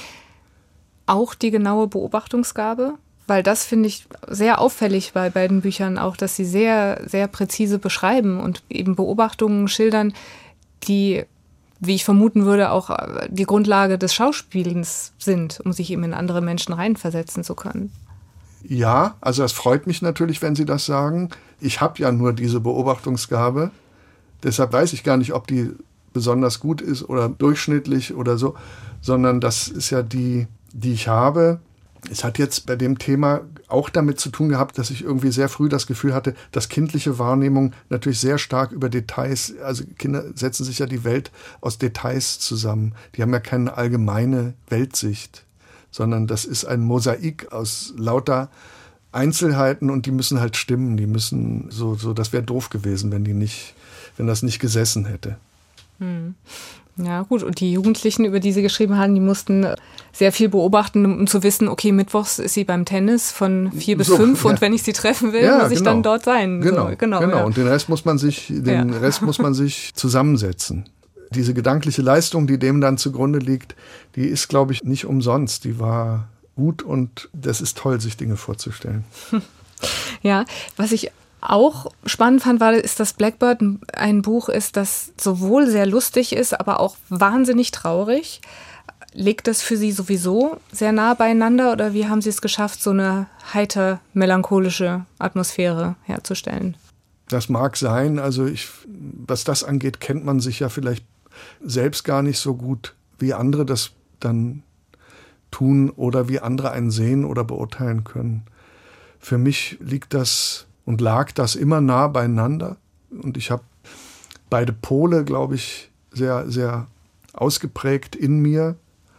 Auch die genaue Beobachtungsgabe? Weil das finde ich sehr auffällig bei beiden Büchern auch, dass sie sehr, sehr präzise beschreiben und eben Beobachtungen schildern, die, wie ich vermuten würde, auch die Grundlage des Schauspielens sind, um sich eben in andere Menschen reinversetzen zu können. Ja, also es freut mich natürlich, wenn Sie das sagen. Ich habe ja nur diese Beobachtungsgabe. Deshalb weiß ich gar nicht, ob die besonders gut ist oder durchschnittlich oder so, sondern das ist ja die, die ich habe. Es hat jetzt bei dem Thema auch damit zu tun gehabt, dass ich irgendwie sehr früh das Gefühl hatte, dass kindliche Wahrnehmung natürlich sehr stark über Details, also Kinder setzen sich ja die Welt aus Details zusammen. Die haben ja keine allgemeine Weltsicht, sondern das ist ein Mosaik aus lauter Einzelheiten und die müssen halt stimmen. Die müssen so, so, das wäre doof gewesen, wenn die nicht, wenn das nicht gesessen hätte. Hm. Ja, gut. Und die Jugendlichen, über die Sie geschrieben haben, die mussten sehr viel beobachten, um zu wissen, okay, mittwochs ist sie beim Tennis von vier bis so, fünf ja. Und wenn ich sie treffen will, ja, muss ich genau. dann dort sein. Genau, so, genau. genau. Ja. Und den Rest muss man sich, den ja. Rest muss man sich zusammensetzen. Diese gedankliche Leistung, die dem dann zugrunde liegt, die ist, glaube ich, nicht umsonst. Die war gut und das ist toll, sich Dinge vorzustellen. Ja, was ich auch spannend fand, war, ist, dass Blackbird ein Buch ist, das sowohl sehr lustig ist, aber auch wahnsinnig traurig. Liegt das für Sie sowieso sehr nah beieinander oder wie haben Sie es geschafft, so eine heiter melancholische Atmosphäre herzustellen? Das mag sein. Also ich, was das angeht, kennt man sich ja vielleicht selbst gar nicht so gut, wie andere das dann tun oder wie andere einen sehen oder beurteilen können. Für mich liegt das und lag das immer nah beieinander. Und ich habe beide Pole, glaube ich, sehr, sehr ausgeprägt in mir.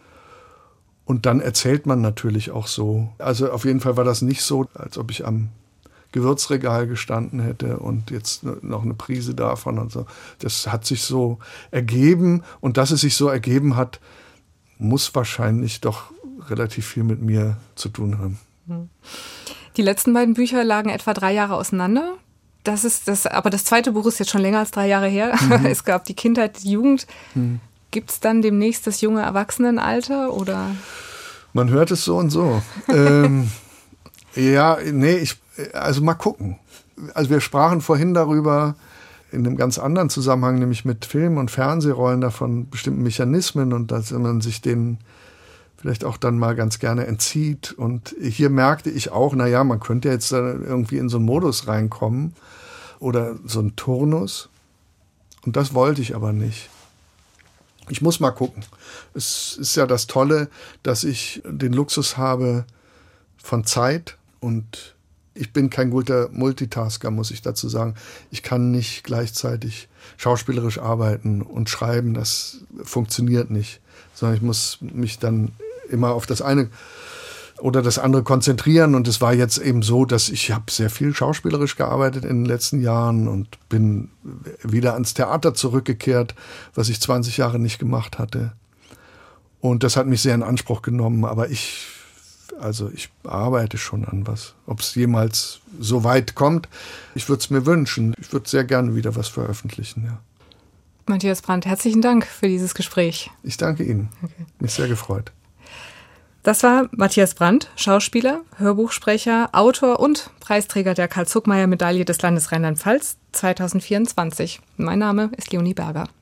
Und dann erzählt man natürlich auch so. Also auf jeden Fall war das nicht so, als ob ich am Gewürzregal gestanden hätte und jetzt noch eine Prise davon und so. Das hat sich so ergeben. Und dass es sich so ergeben hat, muss wahrscheinlich doch relativ viel mit mir zu tun haben. Die letzten beiden Bücher lagen etwa drei Jahre auseinander. Das ist das, aber das zweite Buch ist jetzt schon länger als drei Jahre her. Mhm. Es gab die Kindheit, die Jugend. Mhm. Gibt es dann demnächst das junge Erwachsenenalter? Oder? Man hört es so und so. ähm, ja, nee, ich, also mal gucken. Also wir sprachen vorhin darüber, in einem ganz anderen Zusammenhang, nämlich mit Film- und Fernsehrollen, davon bestimmten Mechanismen und dass man sich denen vielleicht auch dann mal ganz gerne entzieht. Und hier merkte ich auch, naja, man könnte jetzt irgendwie in so einen Modus reinkommen oder so einen Turnus. Und das wollte ich aber nicht. Ich muss mal gucken. Es ist ja das Tolle, dass ich den Luxus habe von Zeit und ich bin kein guter Multitasker, muss ich dazu sagen. Ich kann nicht gleichzeitig schauspielerisch arbeiten und schreiben. Das funktioniert nicht, sondern ich muss mich dann immer auf das eine oder das andere konzentrieren. Und es war jetzt eben so, dass ich habe sehr viel schauspielerisch gearbeitet in den letzten Jahren und bin wieder ans Theater zurückgekehrt, was ich zwanzig Jahre nicht gemacht hatte. Und das hat mich sehr in Anspruch genommen. Aber ich, also ich arbeite schon an was. Ob es jemals so weit kommt, ich würde es mir wünschen. Ich würde sehr gerne wieder was veröffentlichen, ja. Matthias Brandt, herzlichen Dank für dieses Gespräch. Ich danke Ihnen. Okay. Mich sehr gefreut. Das war Matthias Brandt, Schauspieler, Hörbuchsprecher, Autor und Preisträger der Karl-Zuckmayer-Medaille des Landes Rheinland-Pfalz zweitausendvierundzwanzig. Mein Name ist Leonie Berger.